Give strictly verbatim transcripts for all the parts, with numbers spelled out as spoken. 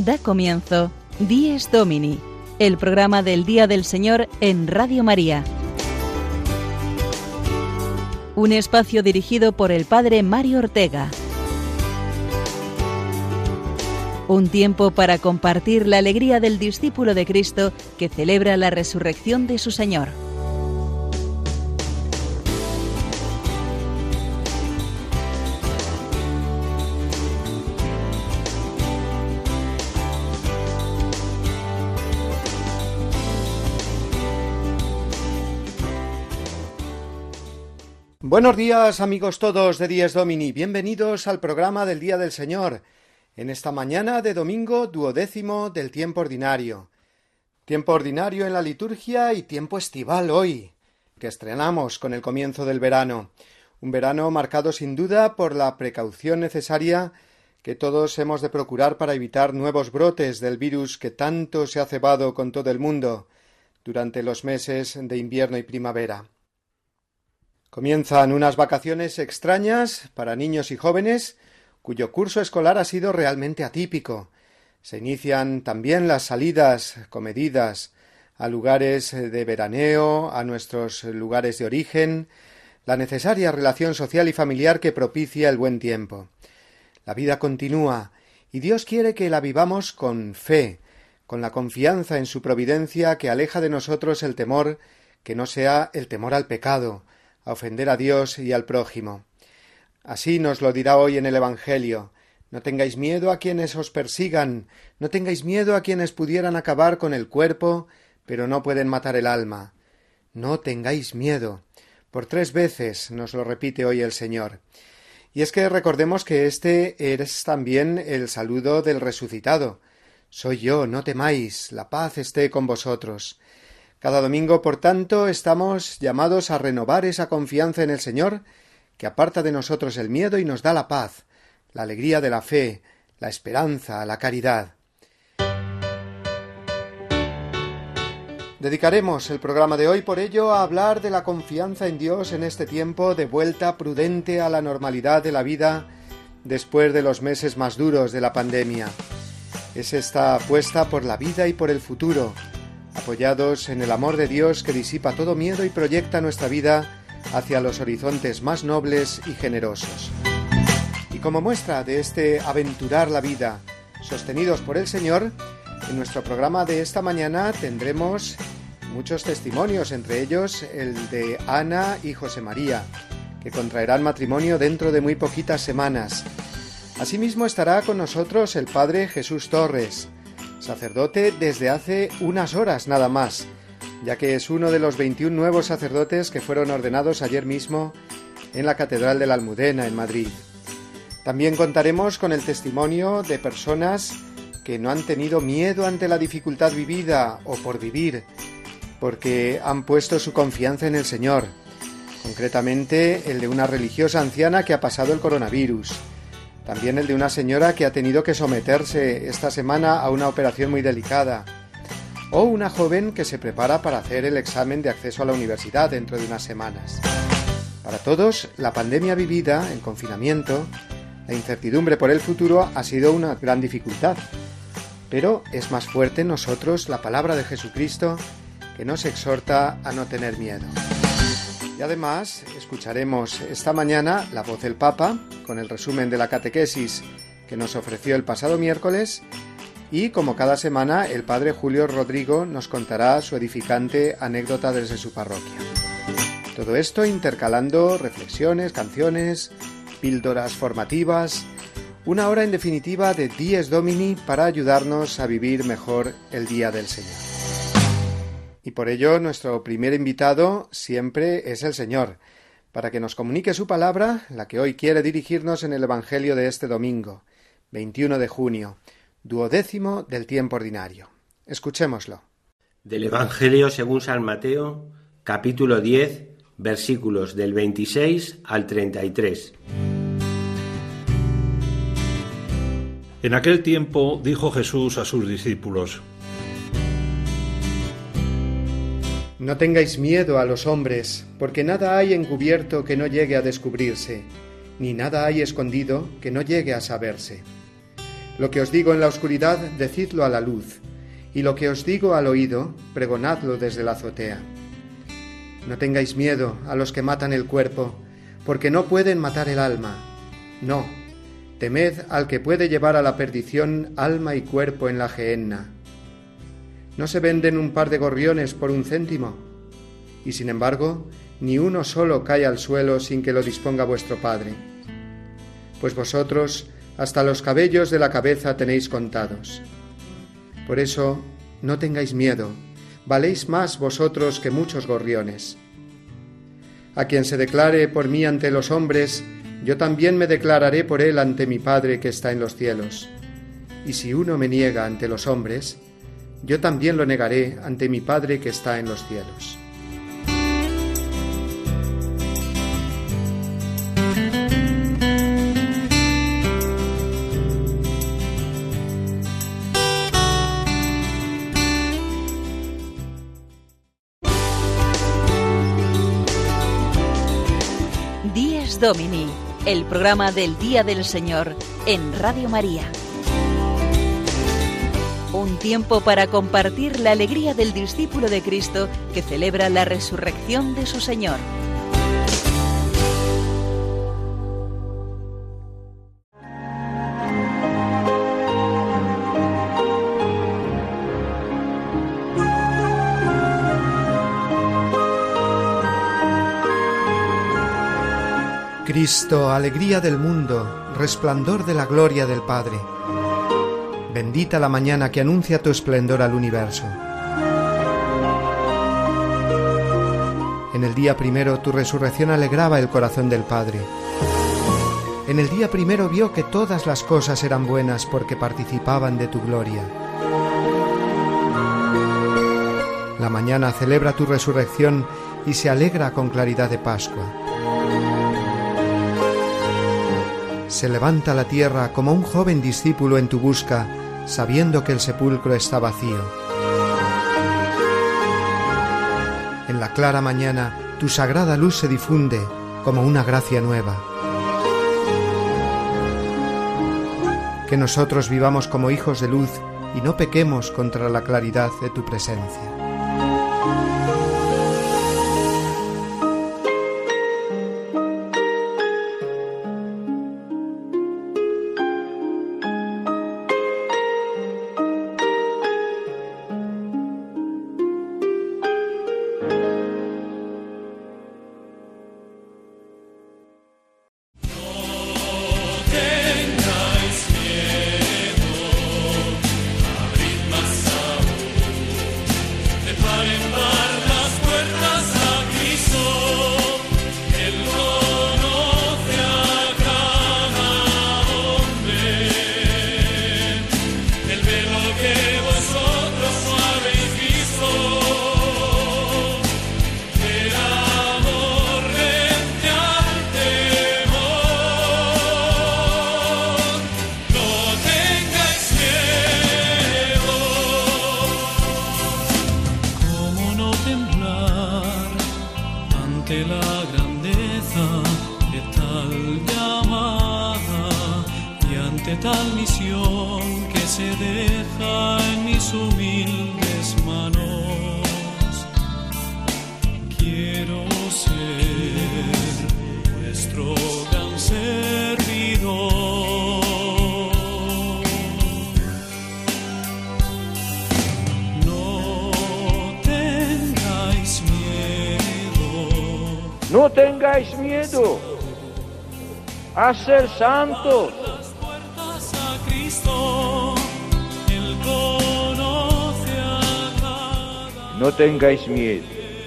Da comienzo Dies Domini, el programa del Día del Señor en Radio María. Un espacio dirigido por el Padre Mario Ortega. Un tiempo para compartir la alegría del discípulo de Cristo que celebra la resurrección de su Señor. Buenos días, amigos todos de Dies Domini, bienvenidos al programa del Día del Señor, en esta mañana de domingo duodécimo del tiempo ordinario. Tiempo ordinario en la liturgia y tiempo estival hoy, que estrenamos con el comienzo del verano. Un verano marcado sin duda por la precaución necesaria que todos hemos de procurar para evitar nuevos brotes del virus que tanto se ha cebado con todo el mundo durante los meses de invierno y primavera. Comienzan unas vacaciones extrañas para niños y jóvenes, cuyo curso escolar ha sido realmente atípico. Se inician también las salidas comedidas a lugares de veraneo, a nuestros lugares de origen, la necesaria relación social y familiar que propicia el buen tiempo. La vida continúa y Dios quiere que la vivamos con fe, con la confianza en su providencia que aleja de nosotros el temor, que no sea el temor al pecado, a ofender a Dios y al prójimo. Así nos lo dirá hoy en el Evangelio. No tengáis miedo a quienes os persigan, no tengáis miedo a quienes pudieran acabar con el cuerpo, pero no pueden matar el alma. No tengáis miedo. Por tres veces nos lo repite hoy el Señor. Y es que recordemos que este es también el saludo del resucitado. Soy yo, no temáis, la paz esté con vosotros. Cada domingo, por tanto, estamos llamados a renovar esa confianza en el Señor, que aparta de nosotros el miedo y nos da la paz, la alegría de la fe, la esperanza, la caridad. Dedicaremos el programa de hoy, por ello, a hablar de la confianza en Dios en este tiempo de vuelta prudente a la normalidad de la vida después de los meses más duros de la pandemia. Es esta apuesta por la vida y por el futuro, apoyados en el amor de Dios que disipa todo miedo y proyecta nuestra vida hacia los horizontes más nobles y generosos. Y como muestra de este aventurar la vida, sostenidos por el Señor, en nuestro programa de esta mañana tendremos muchos testimonios, entre ellos el de Ana y José María, que contraerán matrimonio dentro de muy poquitas semanas. Asimismo estará con nosotros el Padre Jesús Torres, sacerdote desde hace unas horas nada más, ya que es uno de los veintiún nuevos sacerdotes que fueron ordenados ayer mismo en la Catedral de la Almudena, en Madrid. También contaremos con el testimonio de personas que no han tenido miedo ante la dificultad vivida o por vivir, porque han puesto su confianza en el Señor, concretamente el de una religiosa anciana que ha pasado el coronavirus. También el de una señora que ha tenido que someterse esta semana a una operación muy delicada. O una joven que se prepara para hacer el examen de acceso a la universidad dentro de unas semanas. Para todos, la pandemia vivida, el confinamiento, la incertidumbre por el futuro ha sido una gran dificultad. Pero es más fuerte en nosotros la palabra de Jesucristo que nos exhorta a no tener miedo. Y además escucharemos esta mañana la voz del Papa con el resumen de la catequesis que nos ofreció el pasado miércoles y, como cada semana, el Padre Julio Rodrigo nos contará su edificante anécdota desde su parroquia. Todo esto intercalando reflexiones, canciones, píldoras formativas, una hora en definitiva de Dies Domini para ayudarnos a vivir mejor el Día del Señor. Y por ello nuestro primer invitado siempre es el Señor, para que nos comunique su palabra, la que hoy quiere dirigirnos en el Evangelio de este domingo, veintiuno de junio, duodécimo del tiempo ordinario. Escuchémoslo. Del Evangelio según San Mateo, capítulo diez, versículos del veintiséis al treinta y tres. En aquel tiempo dijo Jesús a sus discípulos: No tengáis miedo a los hombres, porque nada hay encubierto que no llegue a descubrirse, ni nada hay escondido que no llegue a saberse. Lo que os digo en la oscuridad, decidlo a la luz, y lo que os digo al oído, pregonadlo desde la azotea. No tengáis miedo a los que matan el cuerpo, porque no pueden matar el alma. No, temed al que puede llevar a la perdición alma y cuerpo en la gehenna. ¿No se venden un par de gorriones por un céntimo? Y sin embargo, ni uno solo cae al suelo sin que lo disponga vuestro Padre. Pues vosotros hasta los cabellos de la cabeza tenéis contados. Por eso, no tengáis miedo, valéis más vosotros que muchos gorriones. A quien se declare por mí ante los hombres, yo también me declararé por él ante mi Padre que está en los cielos. Y si uno me niega ante los hombres, yo también lo negaré ante mi Padre que está en los cielos. Dies Domini, el programa del Día del Señor en Radio María. Un tiempo para compartir la alegría del discípulo de Cristo que celebra la resurrección de su Señor. Cristo, alegría del mundo, resplandor de la gloria del Padre. Bendita la mañana que anuncia tu esplendor al universo. En el día primero tu resurrección alegraba el corazón del Padre. En el día primero vio que todas las cosas eran buenas porque participaban de tu gloria. La mañana celebra tu resurrección y se alegra con claridad de Pascua. Se levanta la tierra como un joven discípulo en tu busca, sabiendo que el sepulcro está vacío. En la clara mañana, tu sagrada luz se difunde como una gracia nueva. Que nosotros vivamos como hijos de luz y no pequemos contra la claridad de tu presencia. No tengáis miedo a ser santos. No tengáis miedo.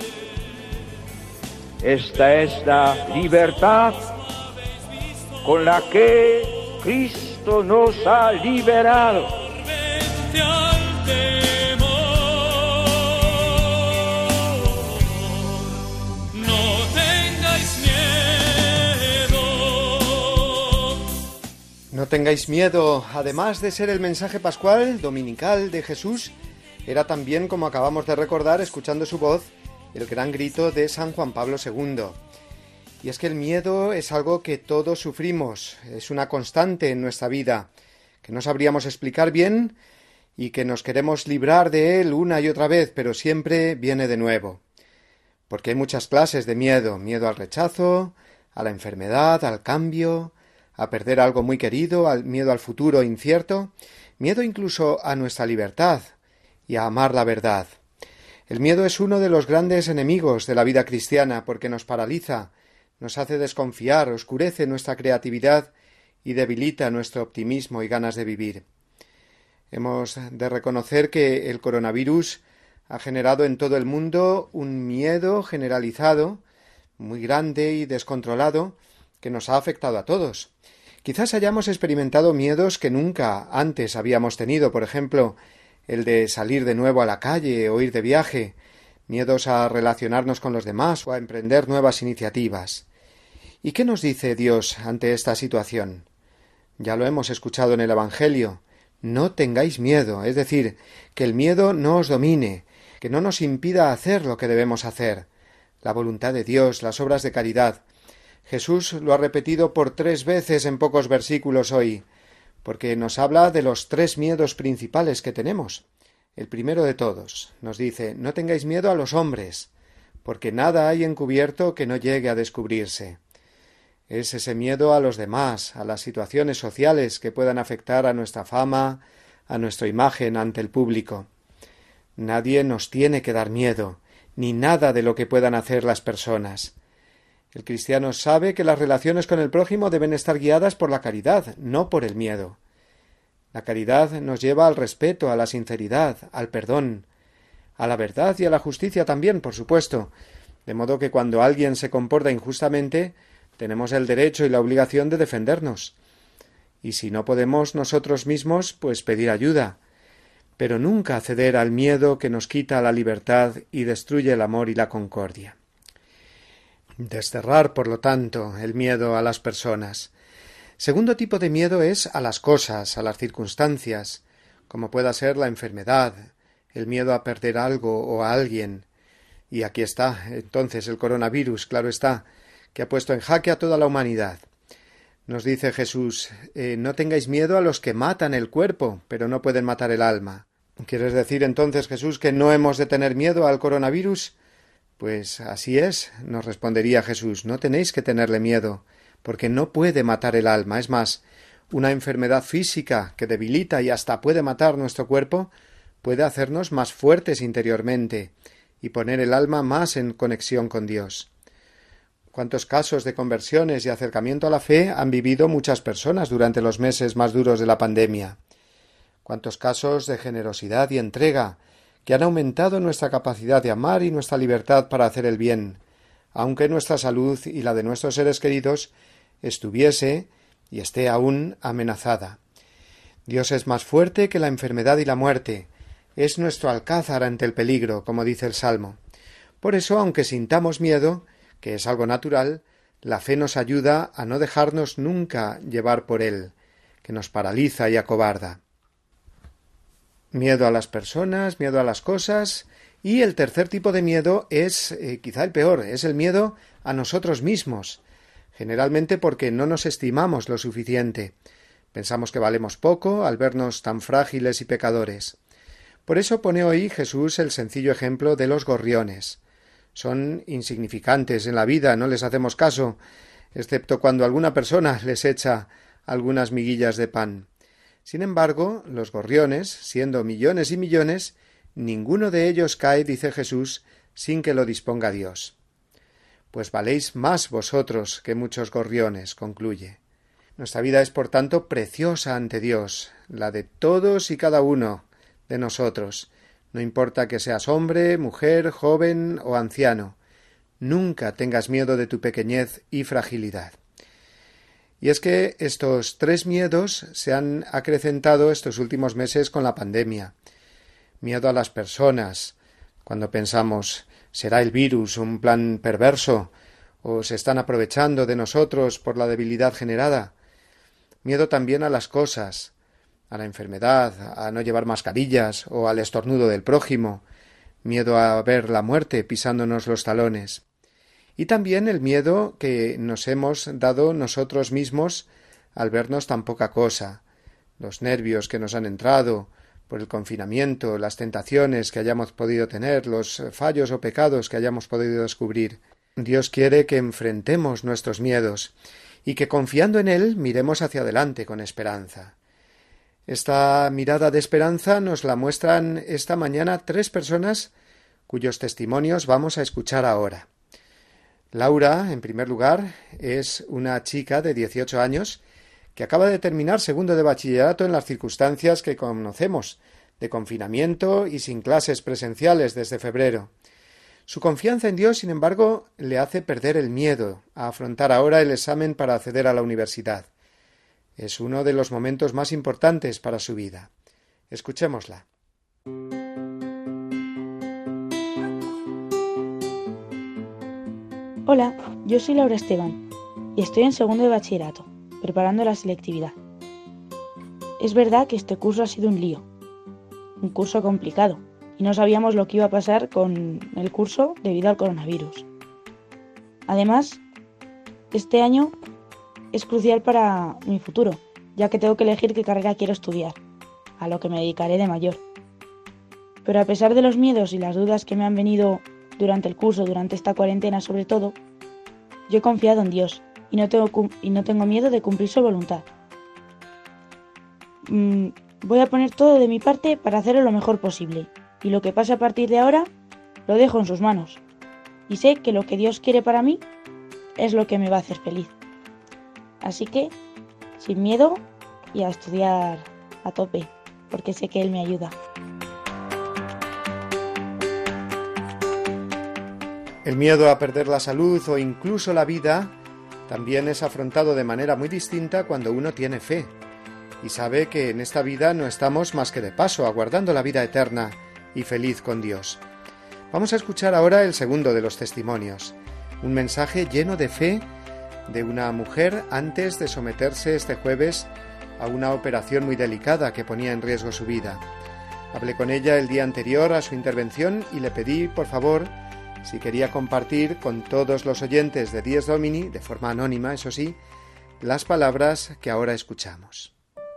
Esta es la libertad con la que Cristo nos ha liberado. No tengáis miedo. Además de ser el mensaje pascual, dominical de Jesús, era también, como acabamos de recordar, escuchando su voz, el gran grito de San Juan Pablo segundo. Y es que el miedo es algo que todos sufrimos, es una constante en nuestra vida. que no sabríamos explicar bien y que nos queremos librar de él una y otra vez, pero siempre viene de nuevo. Porque hay muchas clases de miedo, miedo al rechazo, a la enfermedad, al cambio, a perder algo muy querido, al miedo al futuro incierto, miedo incluso a nuestra libertad y a amar la verdad. El miedo es uno de los grandes enemigos de la vida cristiana porque nos paraliza, nos hace desconfiar, oscurece nuestra creatividad y debilita nuestro optimismo y ganas de vivir. Hemos de reconocer que el coronavirus ha generado en todo el mundo un miedo generalizado, muy grande y descontrolado, que nos ha afectado a todos. Quizás hayamos experimentado miedos que nunca antes habíamos tenido, por ejemplo, el de salir de nuevo a la calle o ir de viaje, miedos a relacionarnos con los demás o a emprender nuevas iniciativas. ¿Y qué nos dice Dios ante esta situación? Ya lo hemos escuchado en el Evangelio. No tengáis miedo, es decir, que el miedo no os domine, que no nos impida hacer lo que debemos hacer, la voluntad de Dios, las obras de caridad. Jesús lo ha repetido por tres veces en pocos versículos hoy, porque nos habla de los tres miedos principales que tenemos. El primero de todos nos dice, no tengáis miedo a los hombres, porque nada hay encubierto que no llegue a descubrirse. Es ese miedo a los demás, a las situaciones sociales que puedan afectar a nuestra fama, a nuestra imagen ante el público. Nadie nos tiene que dar miedo, ni nada de lo que puedan hacer las personas. El cristiano sabe que las relaciones con el prójimo deben estar guiadas por la caridad, no por el miedo. La caridad nos lleva al respeto, a la sinceridad, al perdón, a la verdad y a la justicia también, por supuesto, de modo que cuando alguien se comporta injustamente, tenemos el derecho y la obligación de defendernos. Y si no podemos nosotros mismos, pues pedir ayuda, pero nunca ceder al miedo que nos quita la libertad y destruye el amor y la concordia. Desterrar, por lo tanto, el miedo a las personas. Segundo tipo de miedo es a las cosas, a las circunstancias, como pueda ser la enfermedad, el miedo a perder algo o a alguien. Y aquí está, entonces, el coronavirus, claro está, que ha puesto en jaque a toda la humanidad. Nos dice Jesús, eh, no tengáis miedo a los que matan el cuerpo, pero no pueden matar el alma. ¿Quieres decir entonces, Jesús, que no hemos de tener miedo al coronavirus? Pues así es, nos respondería Jesús, no tenéis que tenerle miedo, porque no puede matar el alma. Es más, una enfermedad física que debilita y hasta puede matar nuestro cuerpo, puede hacernos más fuertes interiormente y poner el alma más en conexión con Dios. ¿Cuántos casos de conversiones y acercamiento a la fe han vivido muchas personas durante los meses más duros de la pandemia? ¿Cuántos casos de generosidad y entrega que han aumentado nuestra capacidad de amar y nuestra libertad para hacer el bien, aunque nuestra salud y la de nuestros seres queridos estuviese y esté aún amenazada? Dios es más fuerte que la enfermedad y la muerte, es nuestro alcázar ante el peligro, como dice el Salmo. Por eso, aunque sintamos miedo, que es algo natural, la fe nos ayuda a no dejarnos nunca llevar por él, que nos paraliza y acobarda. Miedo a las personas, miedo a las cosas, y el tercer tipo de miedo es eh, quizá el peor, es el miedo a nosotros mismos, generalmente porque no nos estimamos lo suficiente. Pensamos que valemos poco al vernos tan frágiles y pecadores. Por eso pone hoy Jesús el sencillo ejemplo de los gorriones. Son insignificantes en la vida, no les hacemos caso, excepto cuando alguna persona les echa algunas miguillas de pan. Sin embargo, los gorriones, siendo millones y millones, ninguno de ellos cae, dice Jesús, sin que lo disponga Dios. Pues valéis más vosotros que muchos gorriones, concluye. Nuestra vida es, por tanto, preciosa ante Dios, la de todos y cada uno de nosotros. No importa que seas hombre, mujer, joven o anciano, nunca tengas miedo de tu pequeñez y fragilidad. Y es que estos tres miedos se han acrecentado estos últimos meses con la pandemia. Miedo a las personas, cuando pensamos, ¿será el virus un plan perverso? ¿O se están aprovechando de nosotros por la debilidad generada? Miedo también a las cosas, a la enfermedad, a no llevar mascarillas o al estornudo del prójimo, miedo a ver la muerte pisándonos los talones. Y también el miedo que nos hemos dado nosotros mismos al vernos tan poca cosa, los nervios que nos han entrado por el confinamiento, las tentaciones que hayamos podido tener, los fallos o pecados que hayamos podido descubrir. Dios quiere que enfrentemos nuestros miedos y que confiando en Él miremos hacia adelante con esperanza. Esta mirada de esperanza nos la muestran esta mañana tres personas cuyos testimonios vamos a escuchar ahora. Laura, en primer lugar, es una chica de dieciocho años que acaba de terminar segundo de bachillerato en las circunstancias que conocemos, de confinamiento y sin clases presenciales desde febrero. Su confianza en Dios, sin embargo, le hace perder el miedo a afrontar ahora el examen para acceder a la universidad. Es uno de los momentos más importantes para su vida. Escuchémosla. Hola, yo soy Laura Esteban y estoy en segundo de bachillerato, preparando la selectividad. Es verdad que este curso ha sido un lío, un curso complicado, y no sabíamos lo que iba a pasar con el curso debido al coronavirus. Además, este año es crucial para mi futuro, ya que tengo que elegir qué carrera quiero estudiar, a lo que me dedicaré de mayor. Pero a pesar de los miedos y las dudas que me han venido durante el curso, durante esta cuarentena sobre todo, yo he confiado en Dios y no tengo, y no tengo miedo de cumplir su voluntad. Mm, voy a poner todo de mi parte para hacerlo lo mejor posible, y lo que pase a partir de ahora lo dejo en sus manos. Y sé que lo que Dios quiere para mí es lo que me va a hacer feliz. Así que, sin miedo y a estudiar a tope, porque sé que Él me ayuda. El miedo a perder la salud o incluso la vida también es afrontado de manera muy distinta cuando uno tiene fe y sabe que en esta vida no estamos más que de paso, aguardando la vida eterna y feliz con Dios. Vamos a escuchar ahora el segundo de los testimonios, un mensaje lleno de fe de una mujer antes de someterse este jueves a una operación muy delicada que ponía en riesgo su vida. Hablé con ella el día anterior a su intervención y le pedí, por favor, si quería compartir con todos los oyentes de Dies Domini, de forma anónima, eso sí, las palabras que ahora escuchamos.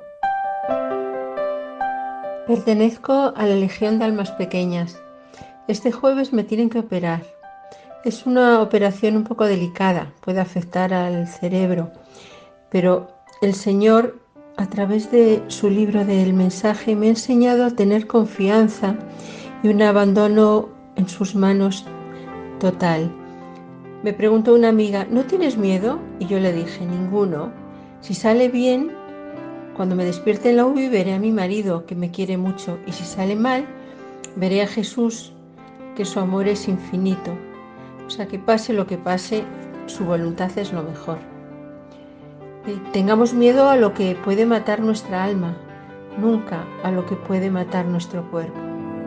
Pertenezco a la Legión de Almas Pequeñas. Este jueves me tienen que operar. Es una operación un poco delicada, puede afectar al cerebro, pero el Señor, a través de su libro del mensaje, me ha enseñado a tener confianza y un abandono en sus manos total. Me preguntó una amiga, ¿no tienes miedo? Y yo le dije, ninguno. Si sale bien, cuando me despierte en la U B I veré a mi marido, que me quiere mucho, y si sale mal, veré a Jesús, que su amor es infinito. O sea, que pase lo que pase, su voluntad es lo mejor. Y tengamos miedo a lo que puede matar nuestra alma, nunca a lo que puede matar nuestro cuerpo.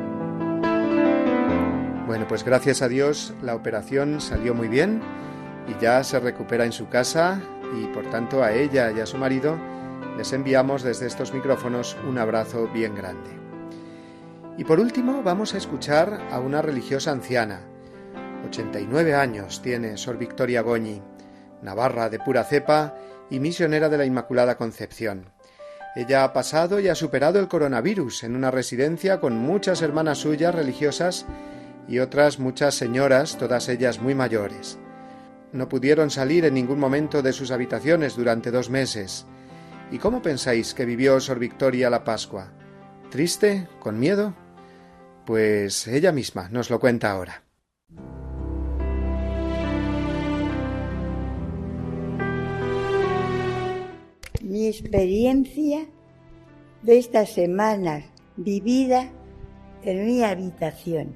Bueno, pues gracias a Dios la operación salió muy bien y ya se recupera en su casa y por tanto a ella y a su marido les enviamos desde estos micrófonos un abrazo bien grande. Y por último vamos a escuchar a una religiosa anciana. ochenta y nueve años tiene Sor Victoria Goñi, navarra de pura cepa y misionera de la Inmaculada Concepción. Ella ha pasado y ha superado el coronavirus en una residencia con muchas hermanas suyas religiosas y otras muchas señoras, todas ellas muy mayores. No pudieron salir en ningún momento de sus habitaciones durante dos meses. ¿Y cómo pensáis que vivió Sor Victoria la Pascua? ¿Triste? ¿Con miedo? Pues ella misma nos lo cuenta ahora. Mi experiencia de estas semanas vivida en mi habitación.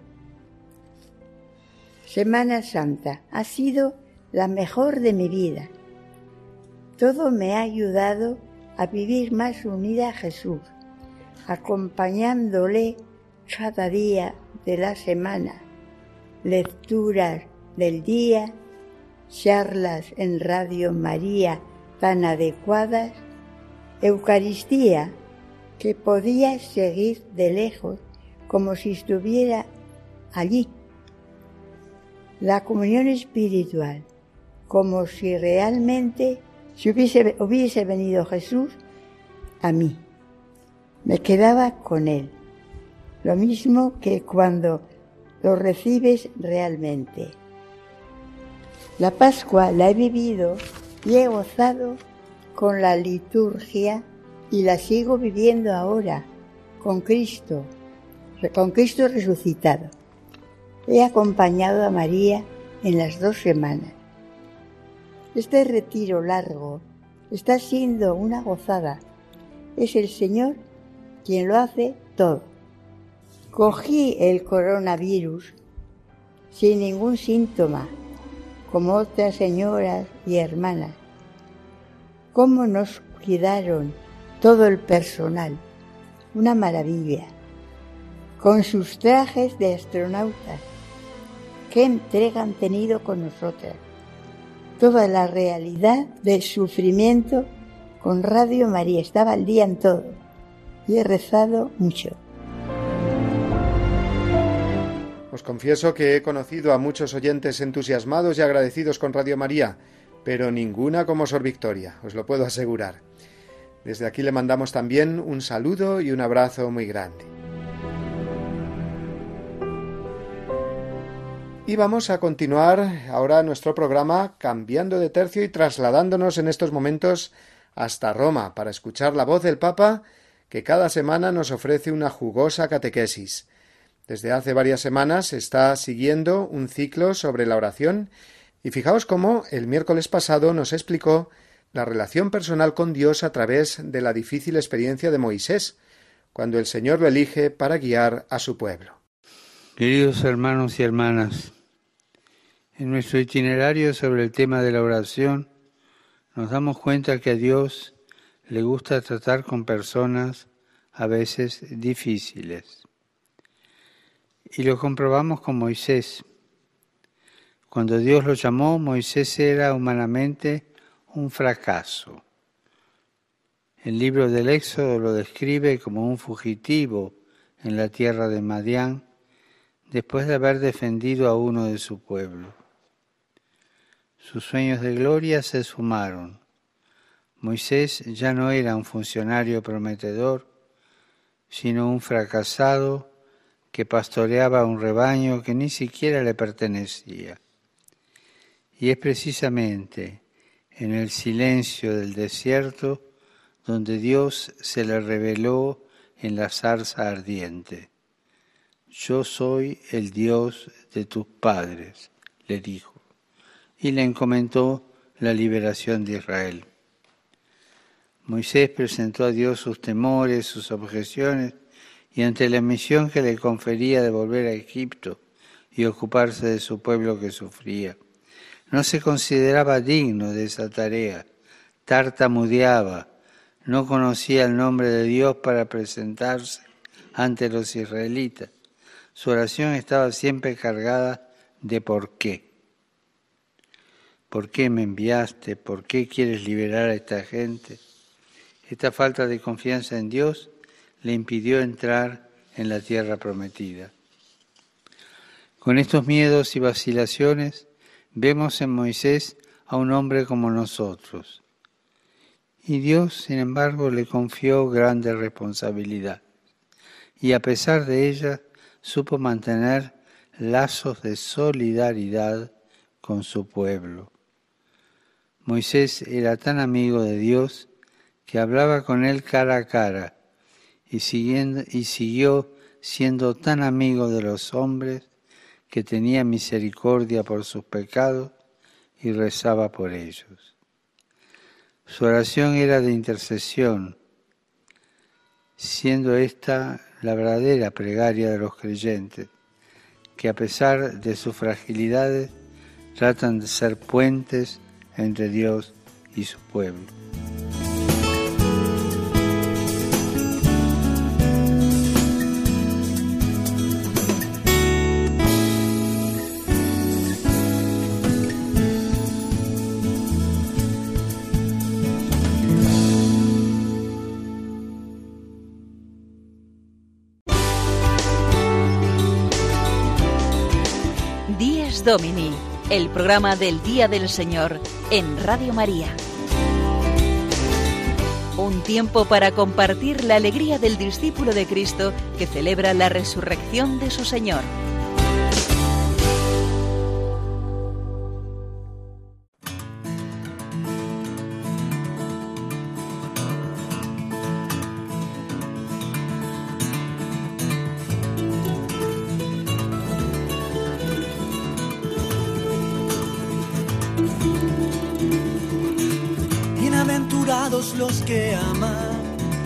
Semana Santa ha sido la mejor de mi vida. Todo me ha ayudado a vivir más unida a Jesús, acompañándole cada día de la semana, lecturas del día, charlas en Radio María tan adecuadas, Eucaristía que podía seguir de lejos como si estuviera allí. La comunión espiritual, como si realmente si hubiese, hubiese venido Jesús a mí. me quedaba con Él, lo mismo que cuando lo recibes realmente. La Pascua la he vivido y he gozado con la liturgia y la sigo viviendo ahora con Cristo, con Cristo resucitado. He acompañado a María en las dos semanas. Este retiro largo está siendo una gozada. Es el Señor quien lo hace todo. Cogí el coronavirus sin ningún síntoma, como otras señoras y hermanas. Cómo nos cuidaron todo el personal, una maravilla, con sus trajes de astronautas. Qué entrega han tenido con nosotras. Toda la realidad del sufrimiento con Radio María, estaba al día en todo y he rezado mucho. Os confieso que he conocido a muchos oyentes entusiasmados y agradecidos con Radio María, pero ninguna como Sor Victoria, os lo puedo asegurar. Desde aquí le mandamos también un saludo y un abrazo muy grande. Y vamos a continuar ahora nuestro programa cambiando de tercio y trasladándonos en estos momentos hasta Roma para escuchar la voz del Papa, que cada semana nos ofrece una jugosa catequesis. Desde hace varias semanas está siguiendo un ciclo sobre la oración y fijaos cómo el miércoles pasado nos explicó la relación personal con Dios a través de la difícil experiencia de Moisés, cuando el Señor lo elige para guiar a su pueblo. Queridos hermanos y hermanas, en nuestro itinerario sobre el tema de la oración nos damos cuenta que a Dios le gusta tratar con personas a veces difíciles. Y lo comprobamos con Moisés. Cuando Dios lo llamó, Moisés era humanamente un fracaso. El libro del Éxodo lo describe como un fugitivo en la tierra de Madián, después de haber defendido a uno de su pueblo. Sus sueños de gloria se esfumaron. Moisés ya no era un funcionario prometedor, sino un fracasado que pastoreaba un rebaño que ni siquiera le pertenecía. Y es precisamente en el silencio del desierto donde Dios se le reveló en la zarza ardiente. Yo soy el Dios de tus padres, le dijo, y le encomendó la liberación de Israel. Moisés presentó a Dios sus temores, sus objeciones, y ante la misión que le confería de volver a Egipto y ocuparse de su pueblo que sufría, no se consideraba digno de esa tarea, tartamudeaba, no conocía el nombre de Dios para presentarse ante los israelitas. Su oración estaba siempre cargada de por qué. ¿Por qué me enviaste? ¿Por qué quieres liberar a esta gente? Esta falta de confianza en Dios le impidió entrar en la tierra prometida. Con estos miedos y vacilaciones, vemos en Moisés a un hombre como nosotros. Y Dios, sin embargo, le confió grande responsabilidad. Y a pesar de ella, supo mantener lazos de solidaridad con su pueblo. Moisés era tan amigo de Dios que hablaba con él cara a cara y, siguiendo, y siguió siendo tan amigo de los hombres que tenía misericordia por sus pecados y rezaba por ellos. Su oración era de intercesión, siendo esta la verdadera plegaria de los creyentes, que a pesar de sus fragilidades tratan de ser puentes entre Dios y su pueblo. Dies Domini, el programa del Día del Señor en Radio María. Un tiempo para compartir la alegría del discípulo de Cristo que celebra la resurrección de su Señor. Bienaventurados los que aman,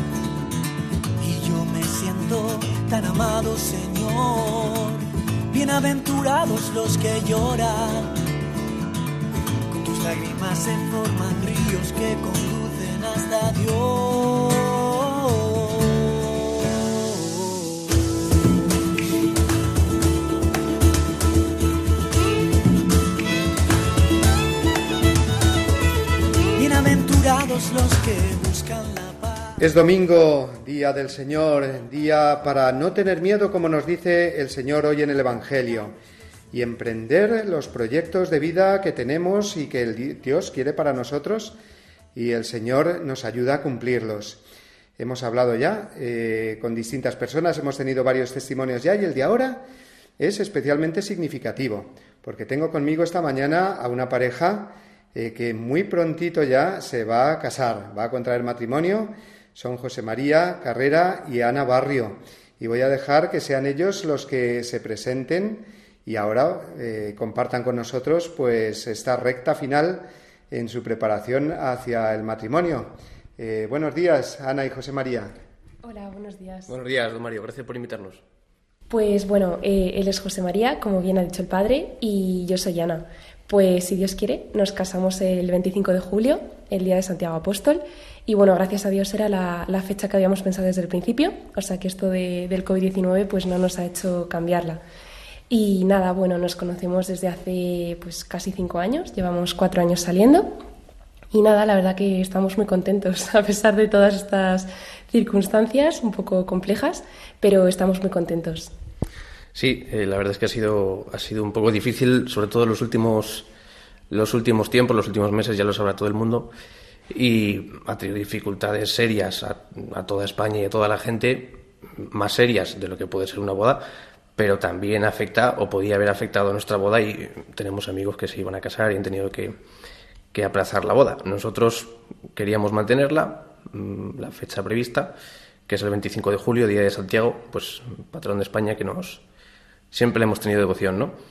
y yo me siento tan amado, Señor. Bienaventurados los que lloran, con tus lágrimas se forman ríos que conducen hasta Dios. Bienaventurados los que buscan la paz. Es domingo, día del Señor, día para no tener miedo, como nos dice el Señor hoy en el Evangelio, y emprender los proyectos de vida que tenemos y que el Dios quiere para nosotros, y el Señor nos ayuda a cumplirlos. Hemos hablado ya eh, con distintas personas, hemos tenido varios testimonios ya, y el de ahora es especialmente significativo, porque tengo conmigo esta mañana a una pareja Eh, que muy prontito ya se va a casar, va a contraer matrimonio. Son José María Carrera y Ana Barrio, y voy a dejar que sean ellos los que se presenten y ahora eh, compartan con nosotros pues esta recta final en su preparación hacia el matrimonio. Eh, buenos días, Ana y José María. Hola, buenos días. Buenos días, don Mario, gracias por invitarnos. Pues bueno, eh, él es José María, como bien ha dicho el padre, y yo soy Ana. Pues si Dios quiere, nos casamos el veinticinco de julio, el día de Santiago Apóstol, y bueno, gracias a Dios era la, la fecha que habíamos pensado desde el principio, o sea que esto de, del covid diecinueve pues no nos ha hecho cambiarla. Y nada, bueno, nos conocemos desde hace pues casi cinco años, llevamos cuatro años saliendo, y nada, la verdad que estamos muy contentos, a pesar de todas estas circunstancias un poco complejas, pero estamos muy contentos. Sí, eh, la verdad es que ha sido ha sido un poco difícil, sobre todo los últimos los últimos tiempos, los últimos meses, ya lo sabrá todo el mundo, y ha tenido dificultades serias a, a toda España y a toda la gente, más serias de lo que puede ser una boda, pero también afecta o podía haber afectado a nuestra boda, y tenemos amigos que se iban a casar y han tenido que, que aplazar la boda. Nosotros queríamos mantenerla, la fecha prevista, que es el veinticinco de julio, Día de Santiago, pues patrón de España, que nos siempre le hemos tenido devoción, ¿no?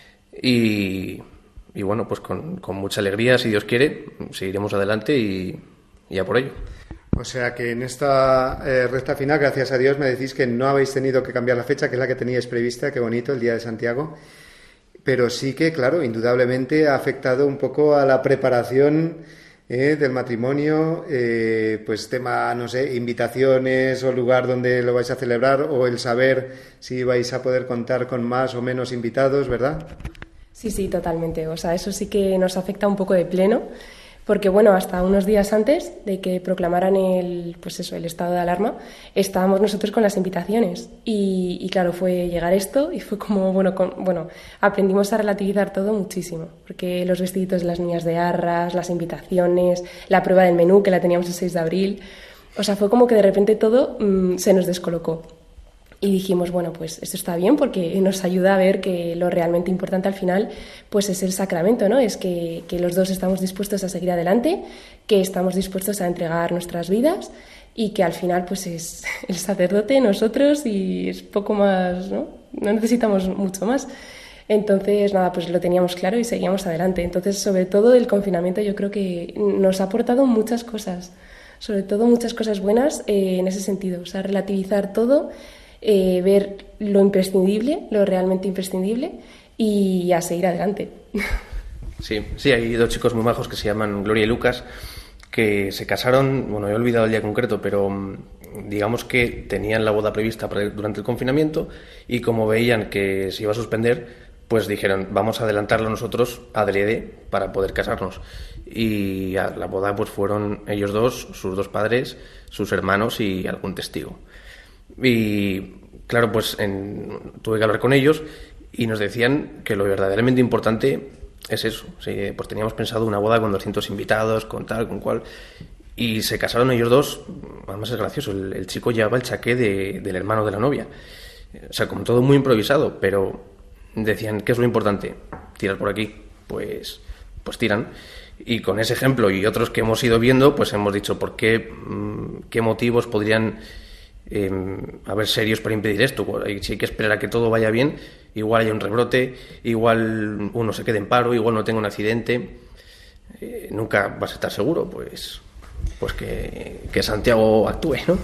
Y, y bueno, pues con, con mucha alegría, si Dios quiere, seguiremos adelante y, y a por ello. O sea que en esta eh, recta final, gracias a Dios, me decís que no habéis tenido que cambiar la fecha, que es la que teníais prevista, qué bonito, el Día de Santiago, pero sí que, claro, indudablemente ha afectado un poco a la preparación eh, del matrimonio, eh, pues tema, no sé, invitaciones o lugar donde lo vais a celebrar, o el saber si vais a poder contar con más o menos invitados, ¿verdad? Sí, sí, totalmente. O sea, eso sí que nos afecta un poco de pleno, porque bueno, hasta unos días antes de que proclamaran el, pues eso, el estado de alarma, estábamos nosotros con las invitaciones y, y claro, fue llegar esto y fue como, bueno, con, bueno, aprendimos a relativizar todo muchísimo, porque los vestiditos de las niñas de arras, las invitaciones, la prueba del menú que la teníamos el seis de abril, o sea, fue como que de repente todo mmm, se nos descolocó. Y dijimos, bueno, pues esto está bien porque nos ayuda a ver que lo realmente importante al final pues es el sacramento, ¿no? Es que, que los dos estamos dispuestos a seguir adelante, que estamos dispuestos a entregar nuestras vidas y que al final pues es el sacerdote, nosotros, y es poco más, ¿no? No necesitamos mucho más. Entonces, nada, pues lo teníamos claro y seguíamos adelante. Entonces, sobre todo el confinamiento yo creo que nos ha aportado muchas cosas, sobre todo muchas cosas buenas eh, en ese sentido, o sea, relativizar todo, Eh, ver lo imprescindible, lo realmente imprescindible y a seguir adelante. Sí, sí, hay dos chicos muy majos que se llaman Gloria y Lucas, que se casaron, bueno, he olvidado el día concreto, pero digamos que tenían la boda prevista durante el confinamiento y como veían que se iba a suspender, pues dijeron, vamos a adelantarlo nosotros adrede para poder casarnos. Y a la boda pues fueron ellos dos, sus dos padres, sus hermanos y algún testigo. Y claro, pues en, tuve que hablar con ellos y nos decían que lo verdaderamente importante es eso. Sí, pues teníamos pensado una boda con doscientos invitados, con tal, con cual, Y se casaron ellos dos, además es gracioso, el, el chico llevaba el chaqué de, del hermano de la novia. O sea, como todo muy improvisado, pero decían, ¿qué es lo importante? Tirar por aquí. Pues, pues tiran. Y con ese ejemplo y otros que hemos ido viendo, pues hemos dicho, ¿por qué, qué motivos podrían eh, haber serios para impedir esto? Si hay que esperar a que todo vaya bien, igual hay un rebrote, igual uno se quede en paro, igual no tenga un accidente, eh, nunca vas a estar seguro, pues, pues que, que Santiago actúe, ¿no?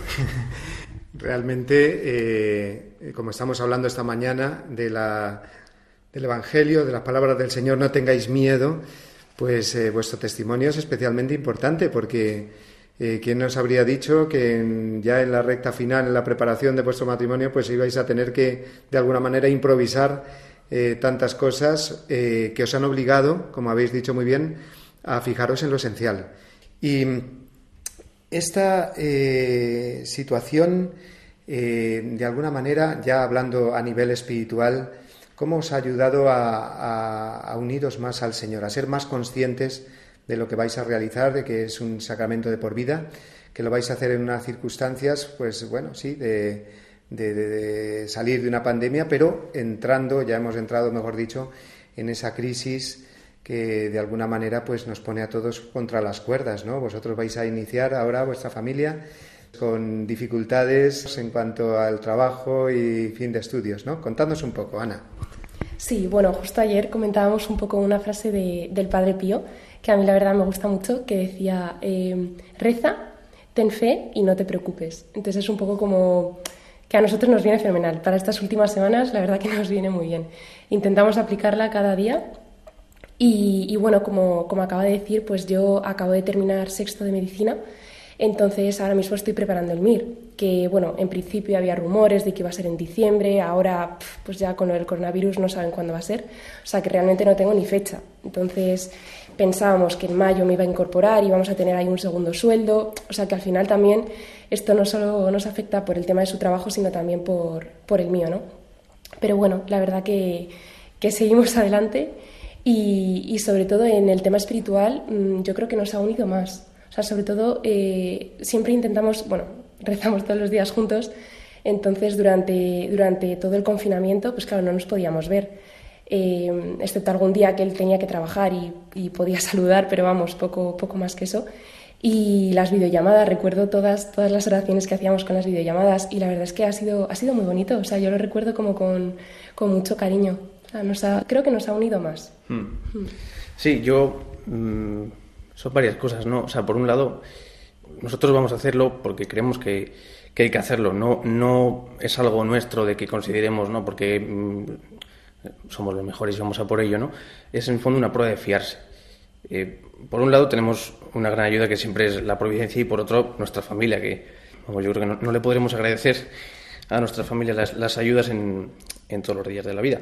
Realmente, eh, como estamos hablando esta mañana de la, del Evangelio, de las palabras del Señor, no tengáis miedo, pues eh, vuestro testimonio es especialmente importante, porque eh, ¿quién nos habría dicho que en, ya en la recta final, en la preparación de vuestro matrimonio, pues ibais a tener que, de alguna manera, improvisar eh, tantas cosas eh, que os han obligado, como habéis dicho muy bien, a fijaros en lo esencial? Y esta eh, situación, eh, de alguna manera, ya hablando a nivel espiritual, ¿cómo os ha ayudado a, a, a uniros más al Señor, a ser más conscientes de lo que vais a realizar, de que es un sacramento de por vida, que lo vais a hacer en unas circunstancias, pues bueno, sí, de, de, de, de salir de una pandemia, pero entrando, ya hemos entrado, mejor dicho, en esa crisis que de alguna manera pues nos pone a todos contra las cuerdas, ¿no? Vosotros vais a iniciar ahora vuestra familia con dificultades en cuanto al trabajo y fin de estudios, ¿no? Contadnos un poco, Ana. Sí, bueno, justo ayer comentábamos un poco una frase de, del Padre Pío, que a mí la verdad me gusta mucho, que decía, eh, reza, ten fe y no te preocupes. Entonces es un poco como que a nosotros nos viene fenomenal. Para estas últimas semanas la verdad que nos viene muy bien. Intentamos aplicarla cada día y, y bueno, como, como acaba de decir, pues yo acabo de terminar sexto de medicina. Entonces ahora mismo estoy preparando el M I R, que bueno, en principio había rumores de que iba a ser en diciembre, ahora pues ya con lo del coronavirus no saben cuándo va a ser, o sea que realmente no tengo ni fecha. Entonces pensábamos que en mayo me iba a incorporar y vamos a tener ahí un segundo sueldo, o sea que al final también esto no solo nos afecta por el tema de su trabajo, sino también por, por el mío, ¿no? Pero bueno, la verdad que, que seguimos adelante y, y sobre todo en el tema espiritual yo creo que nos ha unido más. O sea, sobre todo, eh, siempre intentamos, bueno, rezamos todos los días juntos, entonces durante, durante todo el confinamiento, pues claro, no nos podíamos ver, eh, excepto algún día que él tenía que trabajar y, y podía saludar, pero vamos, poco, poco más que eso. Y las videollamadas, recuerdo todas, todas las oraciones que hacíamos con las videollamadas y la verdad es que ha sido, ha sido muy bonito, o sea, yo lo recuerdo como con, con mucho cariño, o sea, nos ha, creo que nos ha unido más. Hmm. Sí, yo... Mmm... Son varias cosas, ¿no? O sea, por un lado, nosotros vamos a hacerlo porque creemos que, que hay que hacerlo. No, no es algo nuestro de que consideremos, ¿no? Porque mmm, somos los mejores y vamos a por ello, ¿no? Es en el fondo una prueba de fiarse. Eh, por un lado tenemos una gran ayuda que siempre es la providencia y por otro nuestra familia, que vamos, yo creo que no, no le podremos agradecer a nuestra familia las, las ayudas en, en todos los días de la vida.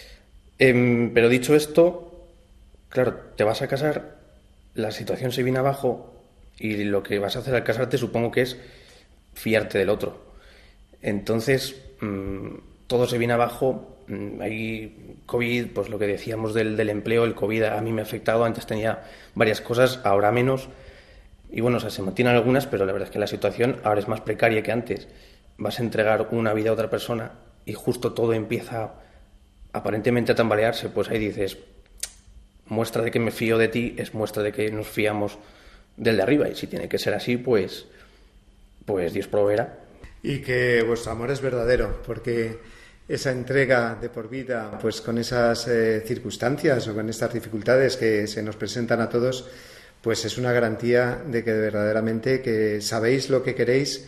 Eh, pero dicho esto, claro, te vas a casar, la situación se viene abajo y lo que vas a hacer al casarte supongo que es fiarte del otro. Entonces, mmm, todo se viene abajo. Mmm, hay COVID, pues lo que decíamos del, del empleo, el COVID a mí me ha afectado. Antes tenía varias cosas, ahora menos. Y bueno, o sea, se mantienen algunas, pero la verdad es que la situación ahora es más precaria que antes. Vas a entregar una vida a otra persona y justo todo empieza aparentemente a tambalearse, pues ahí dices... Muestra de que me fío de ti es muestra de que nos fiamos del de arriba y si tiene que ser así, pues, pues Dios proveerá. Y que vuestro amor es verdadero, porque esa entrega de por vida, pues con esas eh, circunstancias o con estas dificultades que se nos presentan a todos, pues es una garantía de que verdaderamente que sabéis lo que queréis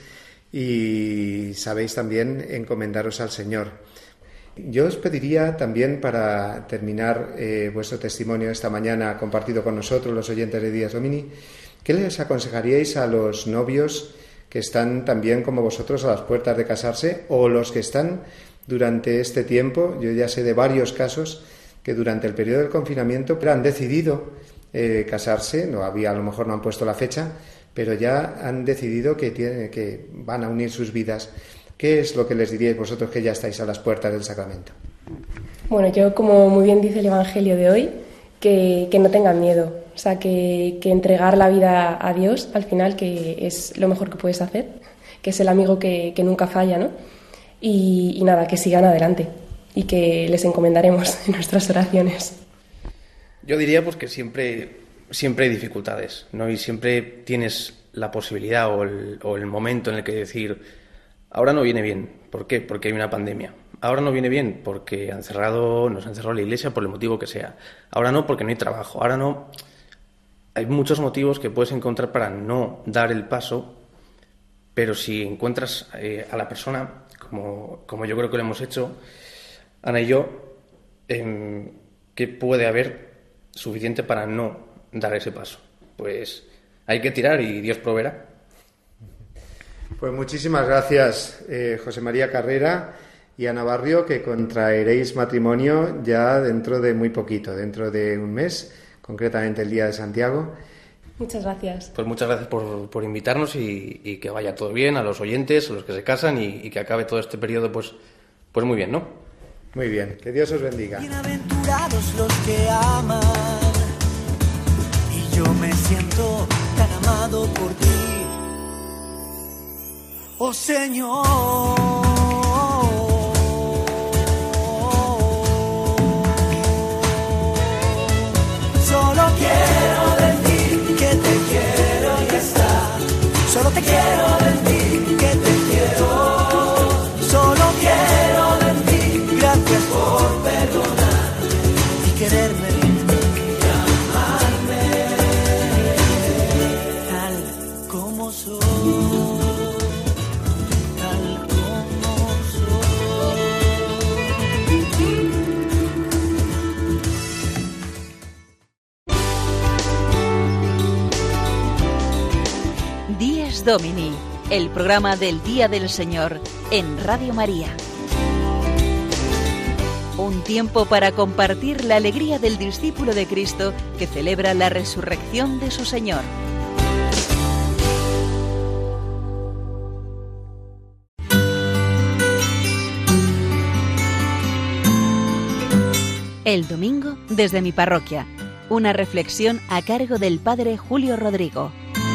y sabéis también encomendaros al Señor. Yo os pediría también, para terminar eh, vuestro testimonio esta mañana compartido con nosotros, los oyentes de Dies Domini, ¿qué les aconsejaríais a los novios que están también como vosotros a las puertas de casarse o los que están durante este tiempo? Yo ya sé de varios casos que durante el periodo del confinamiento han decidido eh, casarse, no había, a lo mejor no han puesto la fecha, pero ya han decidido que, tiene, que van a unir sus vidas. ¿Qué es lo que les diríais vosotros que ya estáis a las puertas del sacramento? Bueno, yo, como muy bien dice el Evangelio de hoy, que, que no tengan miedo. O sea, que, que entregar la vida a Dios, al final, que es lo mejor que puedes hacer, que es el amigo que, que nunca falla, ¿no? Y, y nada, que sigan adelante y que les encomendaremos en nuestras oraciones. Yo diría pues que siempre, siempre hay dificultades, ¿no? Y siempre tienes la posibilidad o el, o el momento en el que decir, ahora no viene bien. ¿Por qué? Porque hay una pandemia. Ahora no viene bien porque han cerrado, nos han cerrado la iglesia por el motivo que sea. Ahora no porque no hay trabajo. Ahora no. Hay muchos motivos que puedes encontrar para no dar el paso, pero si encuentras eh, a la persona, como, como yo creo que lo hemos hecho, Ana y yo, eh, ¿qué puede haber suficiente para no dar ese paso? Pues hay que tirar y Dios proveerá. Pues muchísimas gracias, eh, José María Carrera y Ana Barrio, que contraeréis matrimonio ya dentro de muy poquito, dentro de un mes, concretamente el Día de Santiago. Muchas gracias. Pues muchas gracias por, por invitarnos y, y que vaya todo bien a los oyentes, a los que se casan y, y que acabe todo este periodo pues, pues muy bien, ¿no? Muy bien, que Dios os bendiga. Bienaventurados los que aman, y yo me siento tan amado por ti, oh Señor. Solo quiero decir que te quiero y ya está. Solo te quiero decir que te quiero. Solo quiero decir gracias por perdonar y quererme y amarme tal como soy. Tal como soy. Dies Domini, el programa del Día del Señor en Radio María. Un tiempo para compartir la alegría del discípulo de Cristo que celebra la resurrección de su Señor. El domingo desde mi parroquia. Una reflexión a cargo del Padre Julio Rodrigo.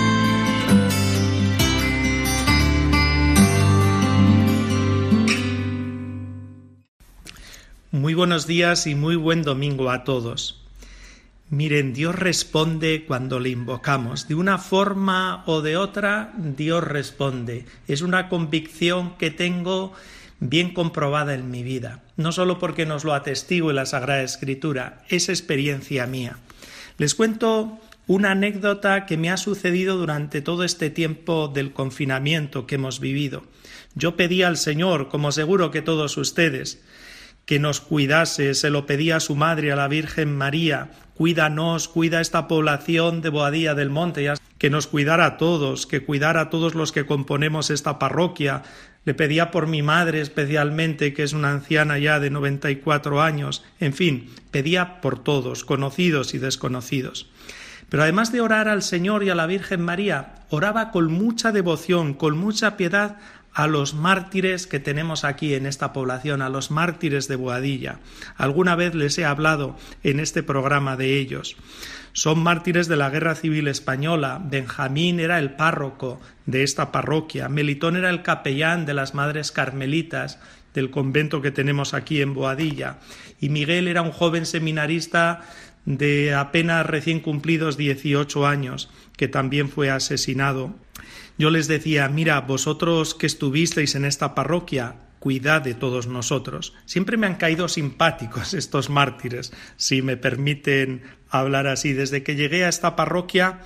Muy buenos días y muy buen domingo a todos. Miren, Dios responde cuando le invocamos. De una forma o de otra, Dios responde. Es una convicción que tengo bien comprobada en mi vida. No solo porque nos lo atestigo en la Sagrada Escritura, es experiencia mía. Les cuento una anécdota que me ha sucedido durante todo este tiempo del confinamiento que hemos vivido. Yo pedí al Señor, como seguro que todos ustedes, que nos cuidase, se lo pedía a su madre, a la Virgen María, cuídanos, cuida esta población de Boadilla del Monte, que nos cuidara a todos, que cuidara a todos los que componemos esta parroquia. Le pedía por mi madre especialmente, que es una anciana ya de noventa y cuatro años, en fin, pedía por todos, conocidos y desconocidos. Pero además de orar al Señor y a la Virgen María, oraba con mucha devoción, con mucha piedad, a los mártires que tenemos aquí en esta población, a los mártires de Boadilla. Alguna vez les he hablado en este programa de ellos. Son mártires de la Guerra Civil Española. Benjamín era el párroco de esta parroquia. Melitón era el capellán de las Madres Carmelitas del convento que tenemos aquí en Boadilla. Y Miguel era un joven seminarista de apenas recién cumplidos dieciocho años, que también fue asesinado. Yo les decía, mira, vosotros que estuvisteis en esta parroquia, cuidad de todos nosotros. Siempre me han caído simpáticos estos mártires, si me permiten hablar así. Desde que llegué a esta parroquia,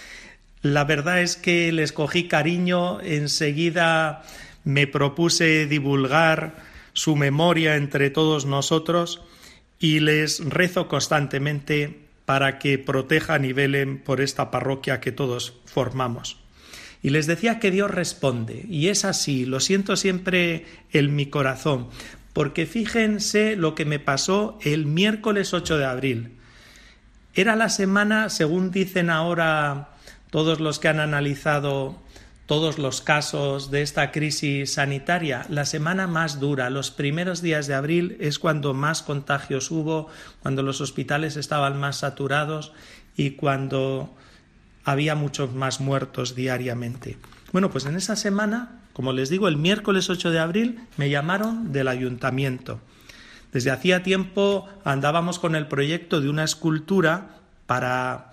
la verdad es que les cogí cariño, enseguida me propuse divulgar su memoria entre todos nosotros y les rezo constantemente para que protejan y velen por esta parroquia que todos formamos. Y les decía que Dios responde, y es así, lo siento siempre en mi corazón, porque fíjense lo que me pasó el miércoles ocho de abril. Era la semana, según dicen ahora todos los que han analizado todos los casos de esta crisis sanitaria, la semana más dura, los primeros días de abril, es cuando más contagios hubo, cuando los hospitales estaban más saturados y cuando había muchos más muertos diariamente. Bueno, pues en esa semana, como les digo, el miércoles ocho de abril me llamaron del ayuntamiento. Desde hacía tiempo andábamos con el proyecto de una escultura para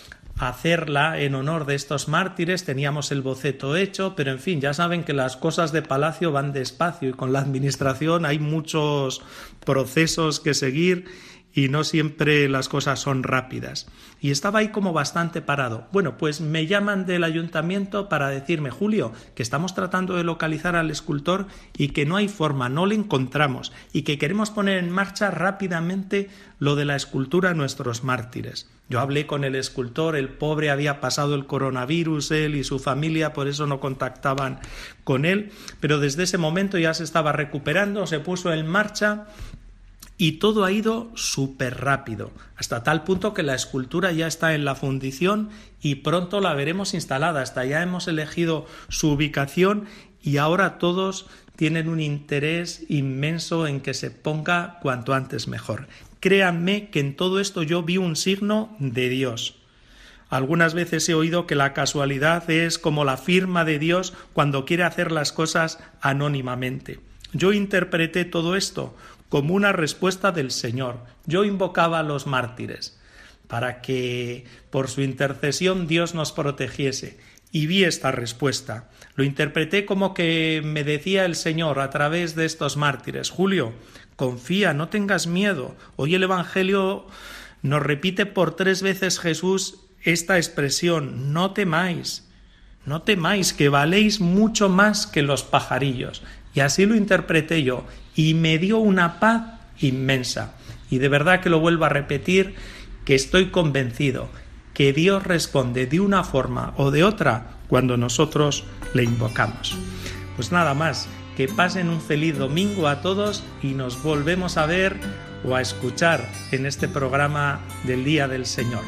hacerla en honor de estos mártires, teníamos el boceto hecho, pero en fin, ya saben que las cosas de Palacio van despacio y con la administración hay muchos procesos que seguir y no siempre las cosas son rápidas. Y estaba ahí como bastante parado. Bueno, pues me llaman del ayuntamiento para decirme, Julio, que estamos tratando de localizar al escultor y que no hay forma, no le encontramos y que queremos poner en marcha rápidamente lo de la escultura a nuestros mártires. Yo hablé con el escultor, el pobre había pasado el coronavirus, él y su familia, por eso no contactaban con él, pero desde ese momento ya se estaba recuperando, se puso en marcha. Y todo ha ido súper rápido, hasta tal punto que la escultura ya está en la fundición y pronto la veremos instalada. Hasta ya hemos elegido su ubicación y ahora todos tienen un interés inmenso en que se ponga cuanto antes mejor. Créanme que en todo esto yo vi un signo de Dios. Algunas veces he oído que la casualidad es como la firma de Dios cuando quiere hacer las cosas anónimamente. Yo interpreté todo esto como una respuesta del Señor. Yo invocaba a los mártires para que por su intercesión Dios nos protegiese y vi esta respuesta. Lo interpreté como que me decía el Señor a través de estos mártires: Julio, confía, no tengas miedo. Hoy el Evangelio nos repite por tres veces Jesús esta expresión: no temáis, no temáis, que valéis mucho más que los pajarillos. Y así lo interpreté yo, y me dio una paz inmensa. Y de verdad que lo vuelvo a repetir, que estoy convencido que Dios responde de una forma o de otra cuando nosotros le invocamos. Pues nada más, que pasen un feliz domingo a todos y nos volvemos a ver o a escuchar en este programa del Día del Señor.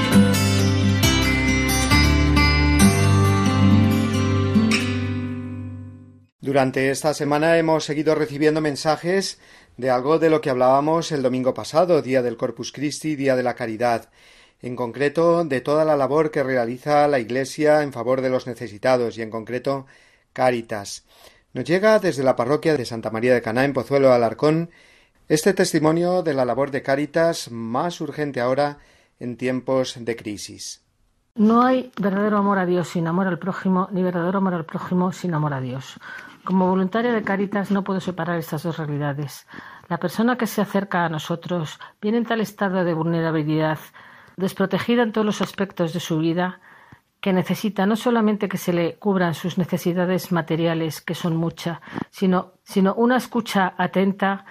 Durante esta semana hemos seguido recibiendo mensajes de algo de lo que hablábamos el domingo pasado, Día del Corpus Christi, Día de la Caridad, en concreto de toda la labor que realiza la Iglesia en favor de los necesitados y en concreto Cáritas. Nos llega desde la parroquia de Santa María de Caná en Pozuelo de Alarcón este testimonio de la labor de Cáritas más urgente ahora en tiempos de crisis. No hay verdadero amor a Dios sin amor al prójimo, ni verdadero amor al prójimo sin amor a Dios. Como voluntaria de Cáritas no puedo separar estas dos realidades. La persona que se acerca a nosotros viene en tal estado de vulnerabilidad, desprotegida en todos los aspectos de su vida, que necesita no solamente que se le cubran sus necesidades materiales, que son muchas, sino, sino una escucha atenta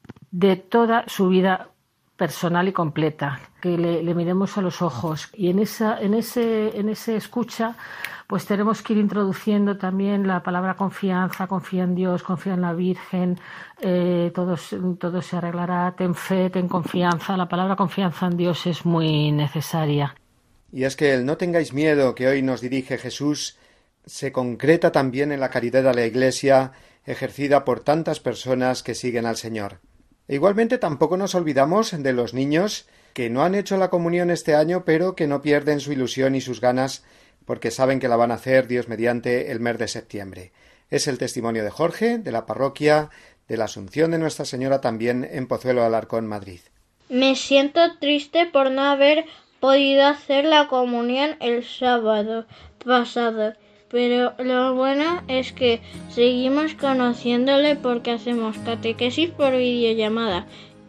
de toda su vida personal y completa, que le, le miremos a los ojos, y en esa en ese en ese escucha pues tenemos que ir introduciendo también la palabra confianza, confía en Dios, confía en la Virgen, eh, todo, todo se arreglará, ten fe, ten confianza. La palabra confianza en Dios es muy necesaria. Y es que el no tengáis miedo que hoy nos dirige Jesús se concreta también en la caridad a la Iglesia ejercida por tantas personas que siguen al Señor. E igualmente tampoco nos olvidamos de los niños que no han hecho la comunión este año, pero que no pierden su ilusión y sus ganas porque saben que la van a hacer, Dios mediante, el mes de septiembre. Es el testimonio de Jorge, de la parroquia de la Asunción de Nuestra Señora, también en Pozuelo de Alarcón, Madrid. Me siento triste por no haber podido hacer la comunión el sábado pasado, pero lo bueno es que seguimos conociéndole porque hacemos catequesis por videollamada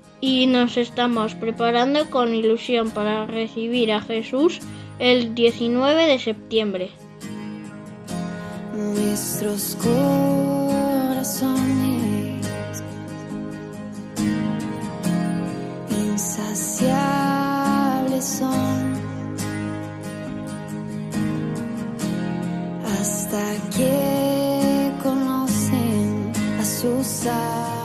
y nos estamos preparando con ilusión para recibir a Jesús el diecinueve de septiembre. Nuestros corazones insaciables son hasta que conocen a su Salvador.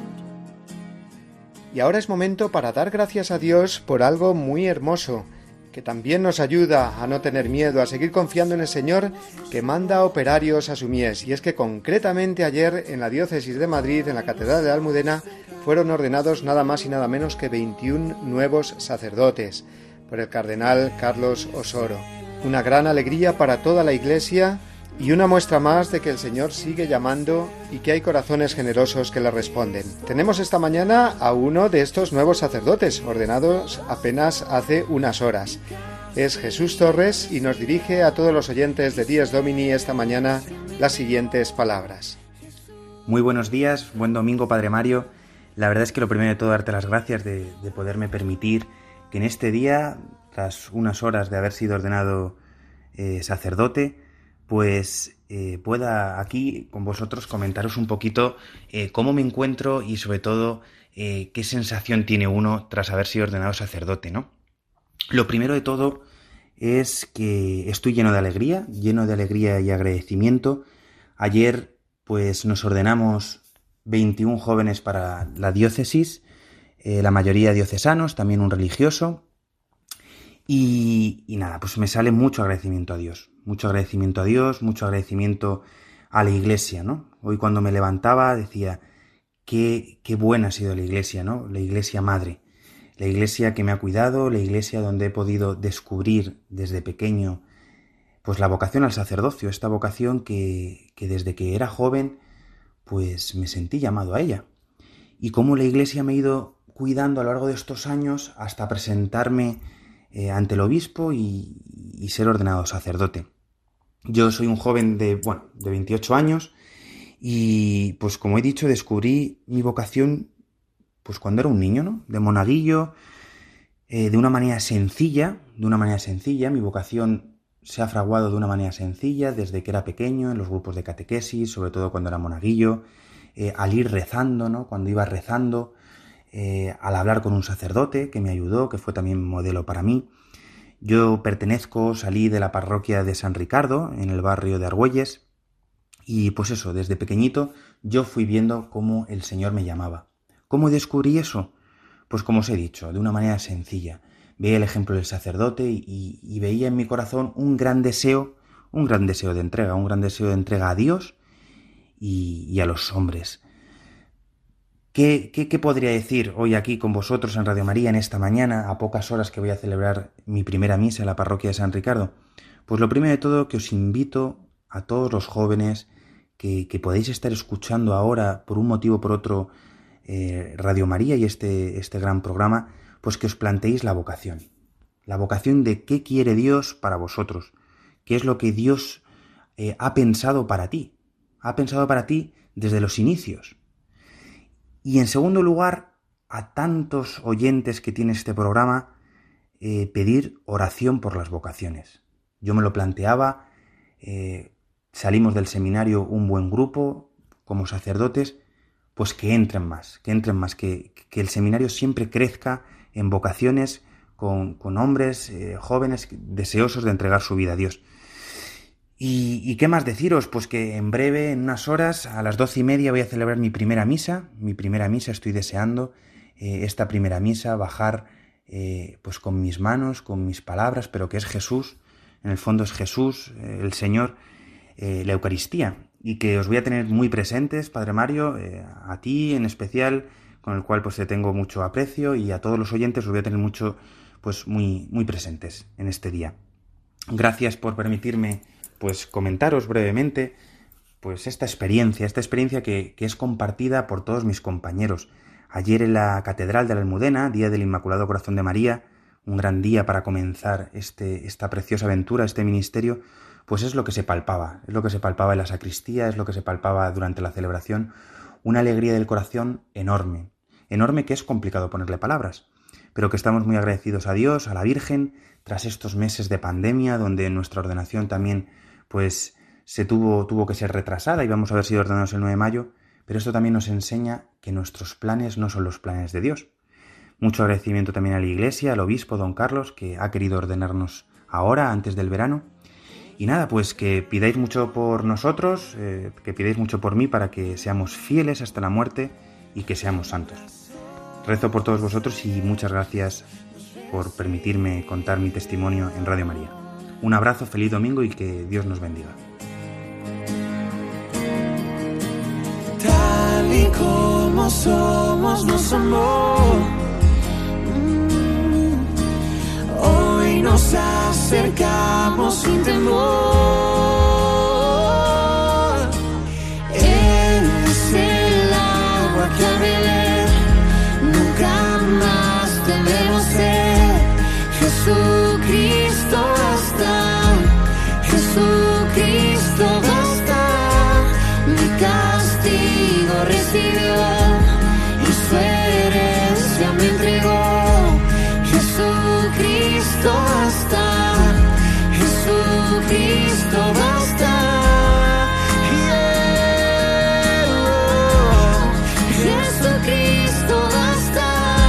Y ahora es momento para dar gracias a Dios por algo muy hermoso, que también nos ayuda a no tener miedo, a seguir confiando en el Señor que manda operarios a su mies. Y es que concretamente ayer en la diócesis de Madrid, en la Catedral de la Almudena, fueron ordenados nada más y nada menos que veintiún nuevos sacerdotes por el cardenal Carlos Osoro. Una gran alegría para toda la Iglesia y una muestra más de que el Señor sigue llamando y que hay corazones generosos que le responden. Tenemos esta mañana a uno de estos nuevos sacerdotes, ordenados apenas hace unas horas. Es Jesús Torres y nos dirige a todos los oyentes de Dies Domini esta mañana las siguientes palabras. Muy buenos días, buen domingo, Padre Mario. La verdad es que lo primero de todo, darte las gracias de, de poderme permitir que en este día, tras unas horas de haber sido ordenado eh, sacerdote, pues eh, pueda aquí con vosotros comentaros un poquito eh, cómo me encuentro y sobre todo eh, qué sensación tiene uno tras haber sido ordenado sacerdote, ¿no? Lo primero de todo es que estoy lleno de alegría, lleno de alegría y agradecimiento. Ayer pues nos ordenamos veintiún jóvenes para la diócesis, eh, la mayoría diocesanos, también un religioso. Y, y nada, pues me sale mucho agradecimiento a Dios, mucho agradecimiento a Dios, mucho agradecimiento a la Iglesia, ¿no? Hoy cuando me levantaba decía, qué, qué buena ha sido la Iglesia, ¿no? La Iglesia Madre, la Iglesia que me ha cuidado, la Iglesia donde he podido descubrir desde pequeño pues la vocación al sacerdocio, esta vocación que, que desde que era joven pues me sentí llamado a ella. Y cómo la Iglesia me ha ido cuidando a lo largo de estos años hasta presentarme Eh, ante el obispo y, y ser ordenado sacerdote. Yo soy un joven de, bueno, de veintiocho años y, pues como he dicho, descubrí mi vocación pues cuando era un niño, ¿no? De monaguillo, eh, de una manera sencilla, de una manera sencilla. Mi vocación se ha fraguado de una manera sencilla desde que era pequeño, en los grupos de catequesis, sobre todo cuando era monaguillo, eh, al ir rezando, ¿no? Cuando iba rezando, Eh, al hablar con un sacerdote que me ayudó, que fue también modelo para mí. Yo pertenezco, salí de la parroquia de San Ricardo, en el barrio de Argüelles, y pues eso, desde pequeñito yo fui viendo cómo el Señor me llamaba. ¿Cómo descubrí eso? Pues como os he dicho, de una manera sencilla. Veía el ejemplo del sacerdote y, y veía en mi corazón un gran deseo, un gran deseo de entrega, un gran deseo de entrega a Dios y, y a los hombres. ¿Qué, qué, ¿Qué podría decir hoy aquí con vosotros en Radio María en esta mañana, a pocas horas que voy a celebrar mi primera misa en la parroquia de San Ricardo? Pues lo primero de todo, que os invito a todos los jóvenes que, que podéis estar escuchando ahora por un motivo o por otro eh, Radio María y este, este gran programa, pues que os planteéis la vocación. La vocación de qué quiere Dios para vosotros, qué es lo que Dios eh, ha pensado para ti, ha pensado para ti desde los inicios. Y en segundo lugar, a tantos oyentes que tiene este programa, eh, pedir oración por las vocaciones. Yo me lo planteaba, eh, salimos del seminario un buen grupo, como sacerdotes, pues que entren más, que entren más, que, que el seminario siempre crezca en vocaciones con, con hombres eh, jóvenes deseosos de entregar su vida a Dios. ¿Y, ¿Y qué más deciros? Pues que en breve, en unas horas, a las doce y media voy a celebrar mi primera misa. Mi primera misa, estoy deseando eh, esta primera misa, bajar eh, pues con mis manos, con mis palabras, pero que es Jesús, en el fondo es Jesús, eh, el Señor, eh, la Eucaristía. Y que os voy a tener muy presentes, Padre Mario, eh, a ti en especial, con el cual pues te tengo mucho aprecio, y a todos los oyentes os voy a tener mucho, pues muy, muy presentes en este día. Gracias por permitirme pues comentaros brevemente pues esta experiencia, esta experiencia que, que es compartida por todos mis compañeros. Ayer en la Catedral de la Almudena, Día del Inmaculado Corazón de María, un gran día para comenzar este, esta preciosa aventura, este ministerio, pues es lo que se palpaba, es lo que se palpaba en la sacristía, es lo que se palpaba durante la celebración, una alegría del corazón enorme, enorme que es complicado ponerle palabras, pero que estamos muy agradecidos a Dios, a la Virgen, tras estos meses de pandemia, donde nuestra ordenación también pues se tuvo, tuvo que ser retrasada y vamos a haber sido ordenados el nueve de mayo, pero esto también nos enseña que nuestros planes no son los planes de Dios. Mucho agradecimiento también a la Iglesia, al obispo don Carlos, que ha querido ordenarnos ahora, antes del verano. Y nada, pues que pidáis mucho por nosotros, eh, que pidáis mucho por mí para que seamos fieles hasta la muerte y que seamos santos. Rezo por todos vosotros y muchas gracias por permitirme contar mi testimonio en Radio María. Un abrazo, feliz domingo y que Dios nos bendiga. Tal y como somos nos amó. Mm. Hoy nos acercamos sin temor. Es el agua que a beber nunca más debemos ser. Jesucristo basta, Jesucristo basta. Mi castigo recibió y su herencia me entregó. Jesucristo basta, Jesucristo basta. Yeah. Jesucristo basta.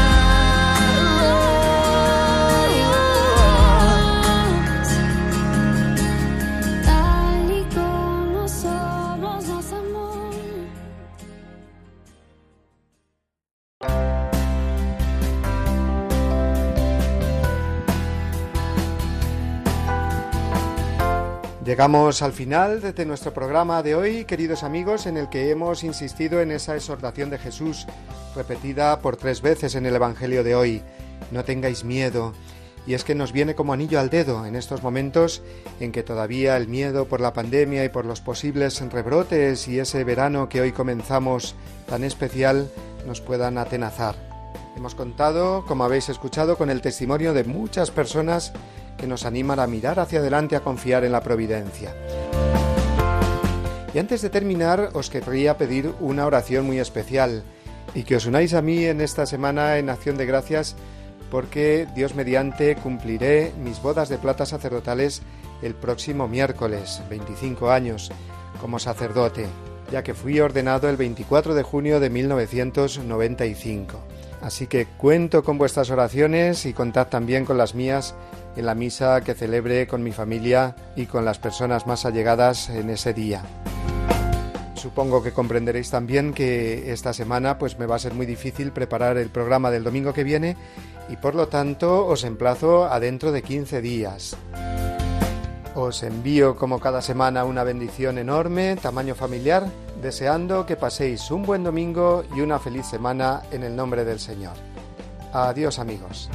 Tal y como somos nos amó. Llegamos al final de nuestro programa de hoy, queridos amigos, en el que hemos insistido en esa exhortación de Jesús, repetida por tres veces en el Evangelio de hoy. No tengáis miedo. Y es que nos viene como anillo al dedo en estos momentos en que todavía el miedo por la pandemia y por los posibles rebrotes y ese verano que hoy comenzamos tan especial nos puedan atenazar. Hemos contado, como habéis escuchado, con el testimonio de muchas personas que nos animan a mirar hacia adelante, a confiar en la providencia. Y antes de terminar, os querría pedir una oración muy especial y que os unáis a mí en esta semana en acción de gracias, porque Dios mediante cumpliré mis bodas de plata sacerdotales el próximo miércoles, veinticinco años, como sacerdote, ya que fui ordenado el veinticuatro de junio de mil novecientos noventa y cinco. Así que cuento con vuestras oraciones y contad también con las mías en la misa que celebre con mi familia y con las personas más allegadas en ese día. Supongo que comprenderéis también que esta semana pues me va a ser muy difícil preparar el programa del domingo que viene y por lo tanto os emplazo a dentro de quince días. Os envío como cada semana una bendición enorme, tamaño familiar, deseando que paséis un buen domingo y una feliz semana en el nombre del Señor. Adiós, amigos.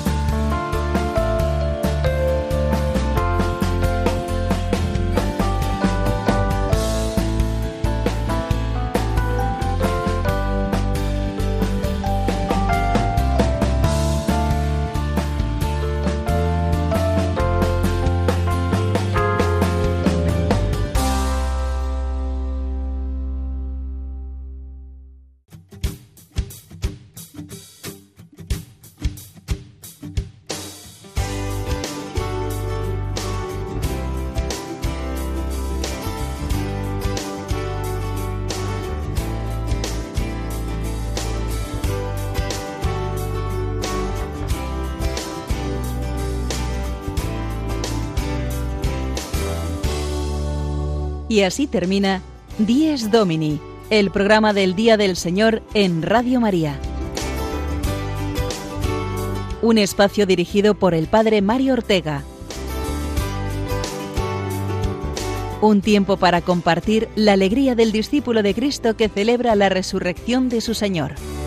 Y así termina Dies Domini, el programa del Día del Señor en Radio María. Un espacio dirigido por el Padre Mario Ortega. Un tiempo para compartir la alegría del discípulo de Cristo que celebra la resurrección de su Señor.